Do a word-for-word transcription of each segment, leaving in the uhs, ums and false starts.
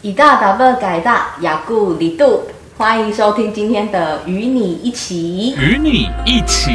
以大打不改大，雅固里度，欢迎收听今天的与你一起， 与你一起。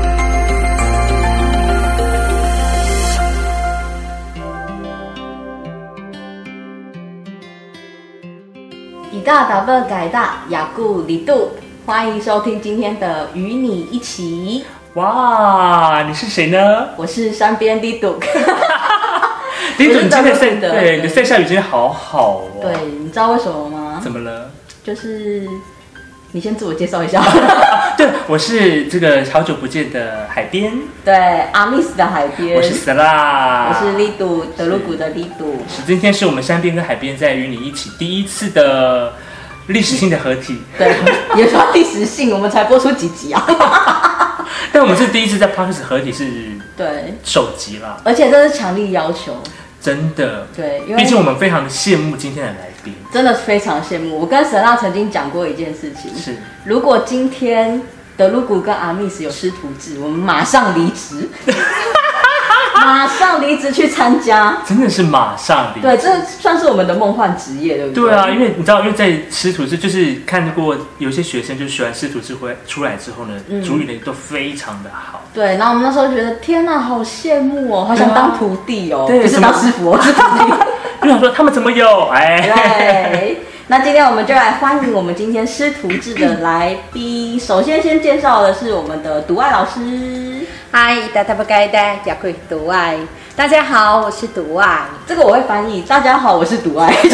以大打不改大，雅固里度，欢迎收听今天的与你一起。 哇，你是谁呢？ 我是山边里度。 李总，你今天晒，对，你的晒下雨今天好好哦。 对，你知道为什么吗？ 怎么了？ 就是你先自我介绍一下。 对，我是这个好久不见的海边。 对，阿密斯的海边。 我是斯拉。 我是利度，德鲁古的利度。 是，今天是我们山边跟海边在与你一起第一次的历史性的合体。 对，也说历史性，我们才播出几集啊？ 但我们是第一次在 Podcast 合体，是对首集啦， 而且这是强力要求。 真的， 对，因为毕竟我们非常羡慕今天的来宾， 真的非常羡慕。我跟沈娜曾经讲过一件事情， 是如果今天德鲁古跟阿密斯有师徒制，我们马上离职，马上离职去参加， 真的是马上离职。 对，这算是我们的梦幻职业，对不对？ 对啊，因为你知道，因为在师徒制，就是看过有些学生就喜欢师徒制回出来之后呢，嗯、主语能力都非常的好。 对，然后我们那时候觉得天哪，好羡慕哦，好想当徒弟哦， 对， 不是当师傅哦，是徒弟。 就想说他们怎么有？哎， 对。那今天我们就来欢迎我们今天师徒制的来宾。首先先介绍的是我们的独爱老师。 嗨，大家不该的，雅贵独爱。大家好，我是独爱。 这个我会翻译。大家好，我是独爱。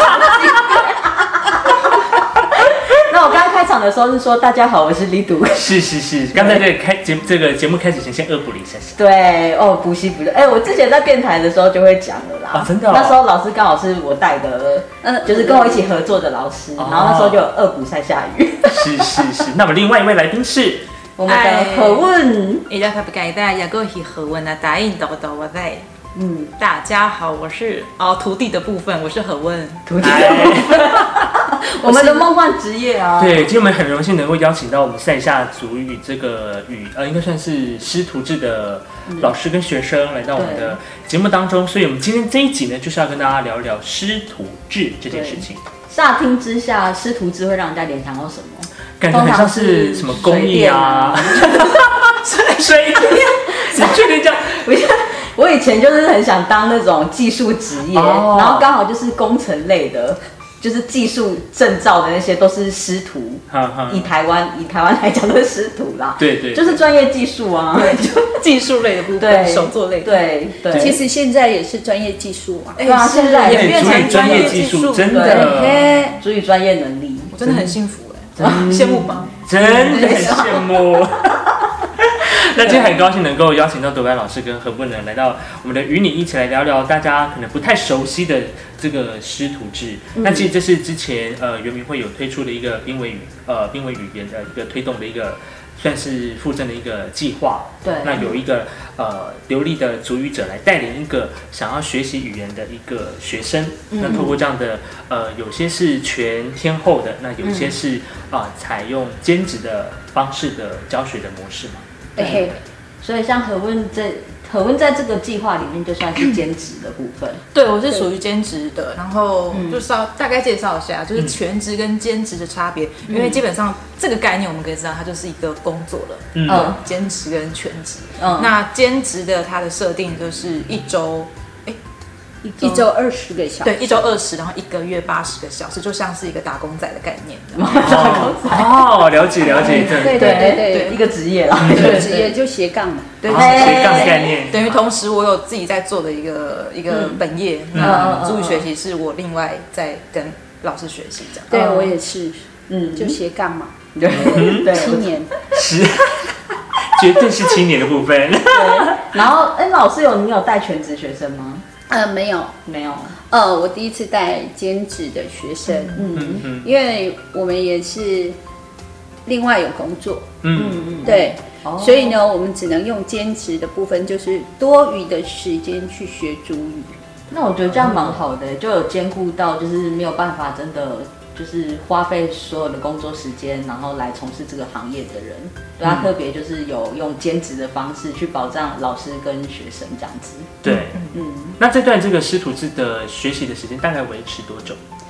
那我刚刚开场的时候是说大家好，我是李独。 是是是，刚才这个开节这个节目开始前先恶补了一下。 对哦，补习补的。哎，我之前在电台的时候就会讲了啦。 啊，真的、哦。 那时候老师刚好是我带的，嗯，就是跟我一起合作的老师，哦、然后那时候就有恶补赛下雨。 是是是，那么另外一位来宾是我们的何文。 大家不该的，也个是何文啊，答应豆豆我在。嗯，大家好，我是哦徒弟的部分，我是何文。 徒弟的部分，我们的梦幻职业啊。 对，今天我们很荣幸能够邀请到我们塞夏族语这个语呃，应该算是师徒制的老师跟学生来到我们的节目当中，所以我们今天这一集呢，就是要跟大家聊一聊师徒制这件事情。 乍听之下，师徒制会让人家联想到什么？ 感觉很像是什么工艺啊，水电，你确定这样？ 我以前就是很想当那种技术职业，哦、然后刚好就是工程类的，就是技术证照的那些都是师徒。以台湾以台湾来讲都是师徒啦， 对 对, 对， 就是专业技术啊， 对，技术类的部分，手作类的， 对对。 其实现在也是专业技术啊， 对啊，现在也变成专业技术， 真的， 注意专业能力， 我真的很幸福哎，羡慕吧？ 真的很羡慕。那今天很高兴能够邀请到独爱老师跟何不能来到我们的与你一起来聊聊大家可能不太熟悉的这个师徒制。嗯、那其实这是之前呃原民会有推出的一个濒危语呃濒危语言的一个推动的一个算是附赠的一个计划。 对。 那有一个呃流利的族语者来带领一个想要学习语言的一个学生。嗯、那透过这样的呃有些是全天候的，那有些是啊、呃、采用兼职的方式的教学的模式嘛。 对，所以像何温在何温在这个计划里面就算是兼职的部分。 对，我是属于兼职的，然后就是要大概介绍一下，就是全职跟兼职的差别，嗯、因为基本上这个概念我们可以知道，它就是一个工作了。嗯，兼职跟全职。嗯，那兼职的它的设定就是一周。 一周二十个小时， 对，一周二十，然后一个月八十个小时，就像是一个打工仔的概念。 哦, 哦，了解了解， 对对对对， 一个职业啦， 一个职业就斜杠嘛， 对， 斜杠概念。 等于同时我有自己在做的一个一个本业，那族语学习是我另外在跟老师学习这样。 对我也是，嗯，就斜杠嘛， 对对， 七年， 是，绝对是七年的部分。 对，然后哎，老师有你有带全职学生吗？ 呃，没有， 没有。 呃，我第一次带兼职的学生，嗯嗯，因为我们也是另外有工作，嗯嗯，对，哦、所以呢，我们只能用兼职的部分，就是多余的时间去学族语。 那我觉得这样蛮好的，就有兼顾到，就是没有办法真的就是花费所有的工作时间，然后来从事这个行业的人，对他特别就是有用兼职的方式去保障老师跟学生这样子。 对，嗯，那这段这个师徒制的学习的时间大概维持多久？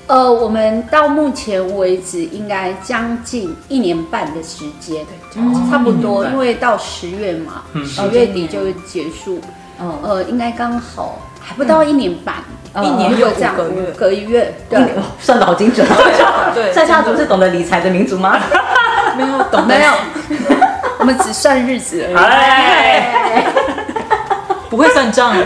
呃，我们到目前为止应该将近一年半的时间，嗯、差不多，因为到十月嘛，十、嗯、月底就结束，嗯、呃，应该刚好还不到一年半， 嗯、一年又这样五个月，对， 算得好精准。 对， 赛夏族是懂得理财的民族吗？ 没有，懂没有，我们只算日子而已，哎、 不会算账。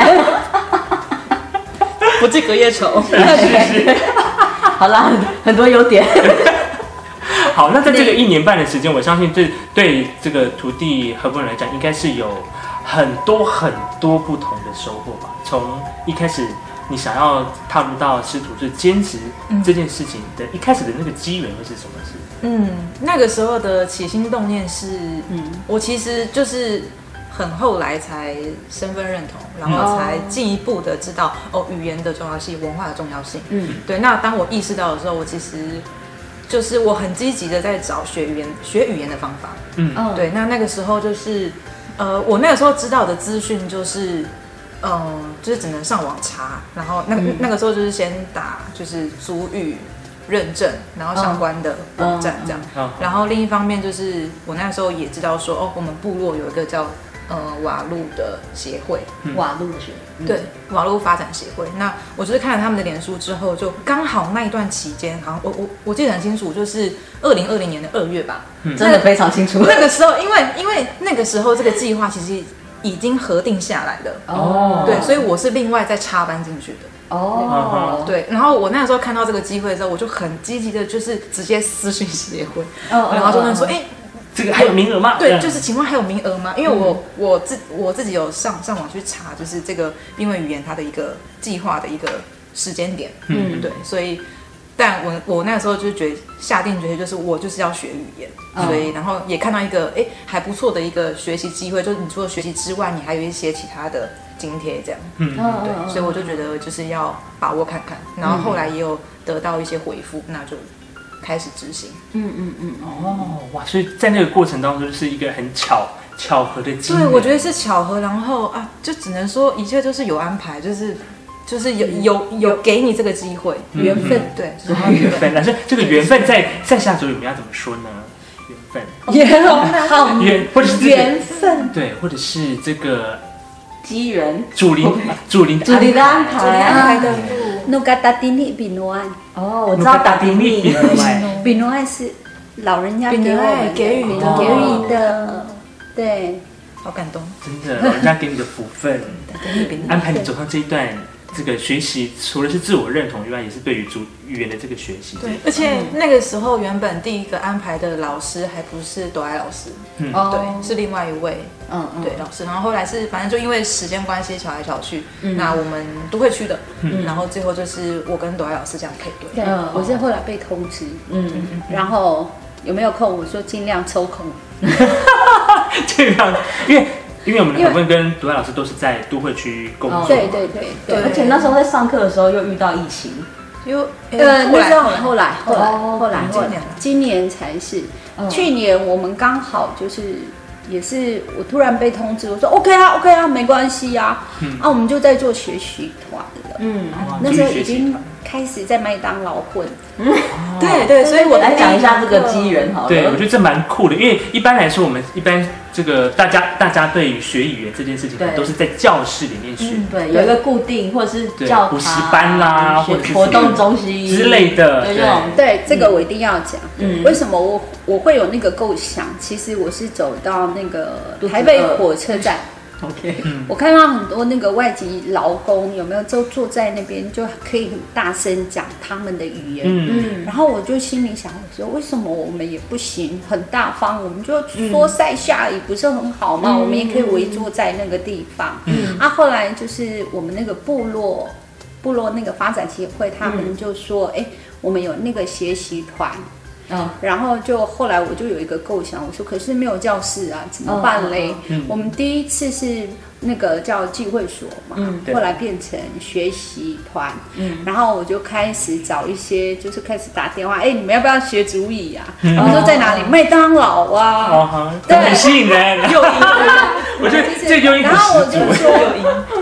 不计隔夜仇， 是是。 好啦，很多优点。 好，那在这个一年半的时间，我相信这对这个徒弟何伯仁来讲，应该是有很多很多不同的收获吧。从一开始你想要踏入到师徒制兼职这件事情的、嗯、一开始的那个机缘会是什么事？ 嗯，那个时候的起心动念是，嗯，我其实就是很后来才身份认同，然后才进一步的知道、嗯、哦语言的重要性，文化的重要性。嗯，对。那当我意识到的时候，我其实就是我很积极的在找学语言、学语言的方法。嗯，对。那那个时候就是呃，我那个时候知道的资讯就是，嗯、呃，就是只能上网查，然后那个、嗯、那个时候就是先打就是族语认证，然后相关的网站这样。嗯嗯、然后另一方面就是我那时候也知道说，哦，我们部落有一个叫呃瓦路的协会， 嗯、瓦路的协会， 嗯、对，瓦路发展协会。那我就是看了他们的脸书之后，就刚好那一段期间，好像我我我记得很清楚，就是二零二零年的二月吧， 嗯、真的非常清楚。 那个时候，因为因为那个时候这个计划其实已经核定下来了，哦，对，所以我是另外再插班进去的。哦，对，然后我那时候看到这个机会的时候，我就很积极的，就是直接私讯协会，哦、然后就问说，哎、欸， 这个还有名额吗？ 对，就是请问还有名额吗？因为我、嗯、我自我自己有上上网去查，就是这个濒危语言它的一个计划的一个时间点，嗯，对，所以，但我我那时候就是觉得下定决心，就是我就是要学语言，嗯、所以然后也看到一个哎、欸、还不错的一个学习机会，就是你除了学习之外，你还有一些其他的津贴这样，嗯，对，所以我就觉得就是要把握看看，然后后来也有得到一些回复，那就开始执行。嗯嗯嗯，哦，哇，所以在那个过程当中就是一个很巧巧合的机会。 对，我觉得是巧合，然后啊，就只能说一切都是有安排，就是就是有有有给你这个机会，缘分，嗯、对， 缘分。但是这个缘分在在下组里面要怎么说呢？缘分， 缘好， 缘或者是缘分， 对，或者是这个机缘， 主灵主灵主灵的安排， 安排的路。努嘎达丁尼比诺安哦，我知道达丁尼比诺安，比诺安是老人家给我们给予的， 给予的，对， 好感动， 真的，老人家给你的福分，安排你走上这一段。这个学习除了是自我认同以外，也是对于主语言的这个学习。 对，而且那个时候原本第一个安排的老师还不是朵爱老师，嗯，对，是另外一位，嗯嗯，对老师。然后后来是反正就因为时间关系，巧来巧去，嗯、那我们都会去的，嗯，然后最后就是我跟朵爱老师这样配对。 对，嗯、我是后来被通知，嗯嗯嗯，然后有没有空？我说尽量抽空， 尽量，因为。因为我们的何问跟朵爱老师都是在都会区工作， 对对对对， 而且那时候在上课的时候又遇到疫情， 又呃那时候后来后来后来后来今年才是，去年我们刚好就是也是我突然被通知，我说 OK 啊 OK 啊没关系啊，啊我们就在做学习团了，嗯，那时候已经开始在麦当劳混， 对对，所以我来讲一下这个机缘好了， 对我觉得这蛮酷的，因为一般来说我们一般。这个大家大家对于学语言这件事情，都是在教室里面学， 嗯、对，有一个固定或者是教补习班啦，或者是活动中心之类的， 对对，这个我一定要讲。嗯，为什么我我会有那个构想？其实我是走到那个台北火车站。 OK， 我看到很多那个外籍劳工有没有都坐在那边，就可以很大声讲他们的语言。嗯，然后我就心里想说，为什么我们也不行？很大方，我们就说塞下也不是很好吗？嗯、我们也可以围坐在那个地方。嗯，啊，后来就是我们那个部落部落那个发展协会，他们就说，哎、嗯，我们有那个学习团。嗯，然后就后来我就有一个构想，我说可是没有教室啊，怎么办嘞？嗯嗯、我们第一次是那个叫聚会所嘛，嗯、后来变成学习团，嗯、然后我就开始找一些，就是开始打电话，哎，你们要不要学族语啊？嗯、我说在哪里？麦当劳啊， 哦、对，很吸引人， 诱因， 我觉得这诱因很十足。 然后我就说，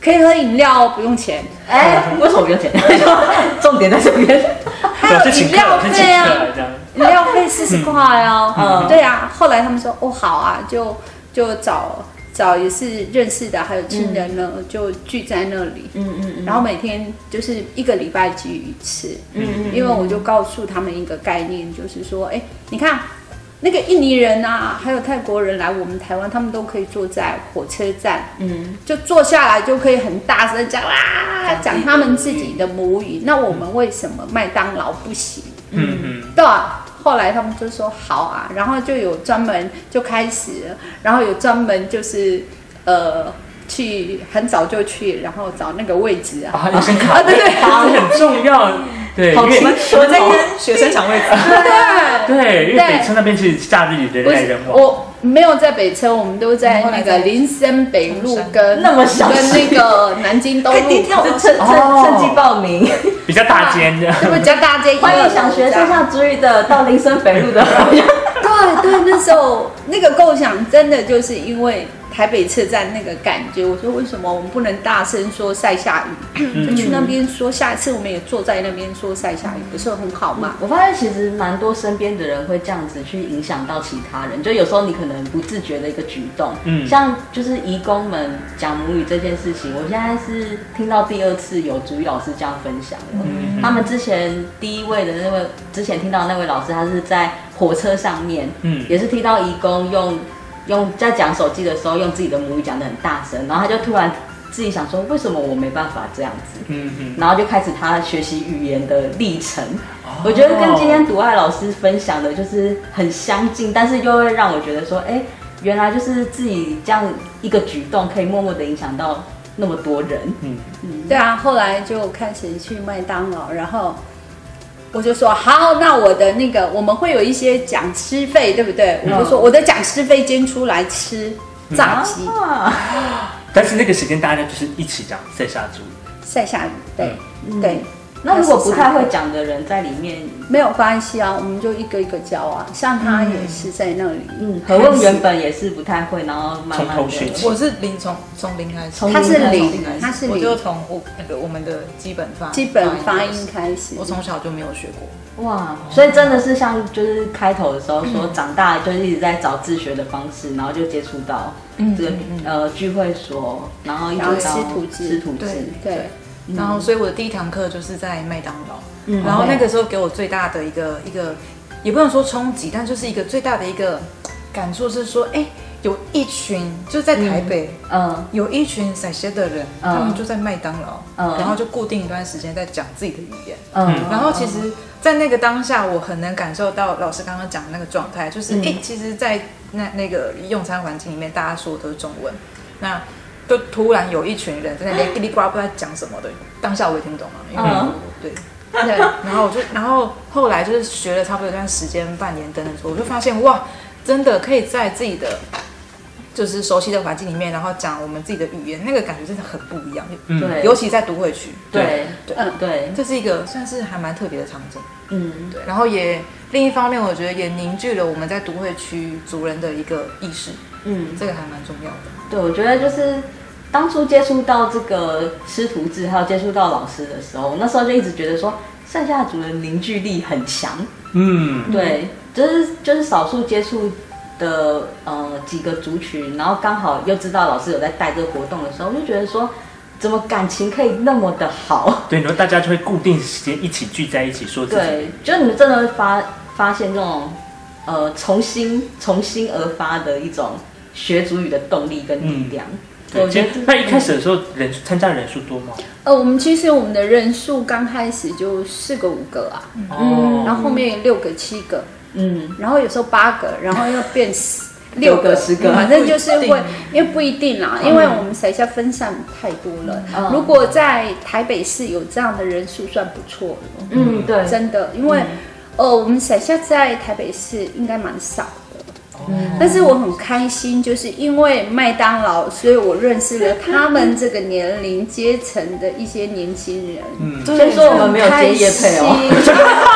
可以喝饮料哦，不用钱。 哎，为什么不用钱？重点在这边。 还有饮料费啊，饮料费四十块哦。嗯，对啊。后来他们说哦好啊，就就找找也是认识的，还有亲人呢，嗯、就聚在那里。嗯嗯嗯。然后每天就是一个礼拜聚一次。嗯嗯。因为我就告诉他们一个概念，就是说，哎，你看。那个印尼人啊，还有泰国人来我们台湾，他们都可以坐在火车站，嗯，就坐下来就可以很大声讲啊，讲他们自己的母语。那我们为什么麦当劳不行？嗯嗯，对啊。后来他们就说好啊，然后就有专门就开始了，然后有专门就是呃去很早就去，然后找那个位置啊， 啊，要先卡啊，对对， 这很重要。对， 因为我在跟学生抢位置。 对对，因为北车那边其实假日人来人往。 我没有在北车，我们都在那个林森北路跟那么小跟那个南京东路， 就趁趁趁机报名。 比较大间的， 比较大间。 欢迎想学上下主语的到林森北路的。 对对，那时候那个构想真的就是因为。台北车站那个感觉，我说为什么我们不能大声说晒下雨，就去那边说，下一次我们也坐在那边说晒下雨，不是很好吗？ 我发现其实蛮多身边的人会这样子去影响到其他人，就有时候你可能不自觉的一个举动，嗯，像就是移工们讲母语这件事情，我现在是听到第二次有主语老师这样分享的，嗯，他们之前第一位的那位，之前听到那位老师，他是在火车上面，嗯，也是听到移工用。用在讲手机的时候，用自己的母语讲得很大声，然后他就突然自己想说，为什么我没办法这样子？嗯嗯，然后就开始他学习语言的历程。哦、我觉得跟今天独爱老师分享的就是很相近，但是又会让我觉得说，哎，原来就是自己这样一个举动，可以默默的影响到那么多人。嗯嗯，对啊，后来就开始去麦当劳，然后。我就说好，那我的那个我们会有一些讲师费，对不对？嗯、我就说我的讲师费捐出来吃炸鸡。啊、 但是那个时间大家就是一起讲塞下主语， 塞下语，对、嗯、对。 那如果不太会讲的人在里面， 没有关系啊，我们就一个一个教啊。像他也是在那里， 嗯，何问原本也是不太会，然后慢慢的。 我是零从从零开始， 他是零，他是零， 我就从我那个我们的基本发基本发音开始。 我从小就没有学过， 哇，所以真的是像就是开头的时候说，长大就是一直在找自学的方式，然后就接触到这个呃聚会所，然后一直到师徒制， 师徒制， 对。 然后，所以我的第一堂课就是在麦当劳。嗯，然后那个时候给我最大的一个一个，也不能说冲击，但就是一个最大的一个感触是说，哎，有一群就是在台北，嗯，有一群陕西的人，他们就在麦当劳，嗯，然后就固定一段时间在讲自己的语言，嗯，然后其实，在那个当下，我很能感受到老师刚刚讲的那个状态，就是，哎，其实，在那那个用餐环境里面，大家说的都是中文，那。就突然有一群人在那边叽里呱啦不知道讲什么的，当下我也听不懂嘛，因为、嗯、对对，然后我就，然后后来就是学了差不多一段时间，半年等等之后，我就发现哇，真的可以在自己的就是熟悉的环境里面，然后讲我们自己的语言，那个感觉真的很不一样。对，尤其在读会区， 对对，嗯对， 这是一个算是还蛮特别的场景。嗯，对，然后也另一方面，我觉得也凝聚了我们在读会区族人的一个意识。嗯，这个还蛮重要的。 对，我觉得就是当初接触到这个师徒制，还有接触到老师的时候，那时候就一直觉得说，剩下的族人凝聚力很强。嗯，对，就是就是少数接触的呃几个族群，然后刚好又知道老师有在带这个活动的时候，就觉得说，怎么感情可以那么的好？ 对，然后大家就会固定时间一起聚在一起说自己。 对，就你们真的会发发现这种呃重新从心而发的一种学族语的动力跟力量。嗯对，其实那一开始的时候，人参加的人数多吗？ 呃，我们其实我们的人数刚开始就四个五个啊，嗯，然后后面六个七个，嗯，然后有时候八个，然后又变六个十个，反正就是会，因为不一定啦，因为我们辖下分散太多了。嗯、如果在台北市有这样的人数，算不错了。嗯，对，真的，因为、嗯、呃，我们辖下在台北市应该蛮少。嗯、但是我很开心，就是因为麦当劳，所以我认识了他们这个年龄阶层的一些年轻人。嗯， 所以说我们没有接业配哦。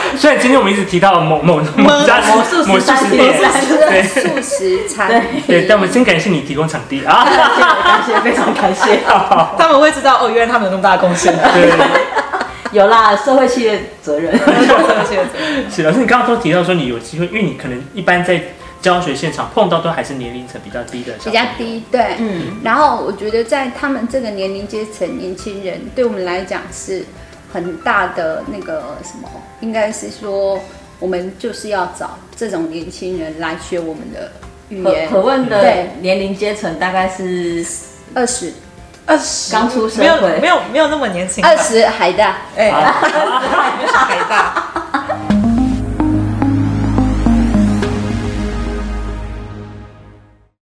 虽然今天我们一直提到某某某家某素食餐厅， 对素食餐厅， 对，但我们先感谢你提供场地啊， 感谢，非常感谢。 他们会知道哦，原来他们有那么大的贡献。 对， 有啦，社会企业责任。 是老师，你刚刚都提到说你有机会，因为你可能一般在教学现场碰到都还是年龄层比较低的小朋友， 比较低，对，嗯。然后我觉得在他们这个年龄阶层，年轻人对我们来讲是很大的那个什么，应该是说我们就是要找这种年轻人来学我们的语言。 可问的年龄阶层大概是二十。 二十刚出社会， 没有没有没有那么年轻， 二十海大， 哎，二十海大，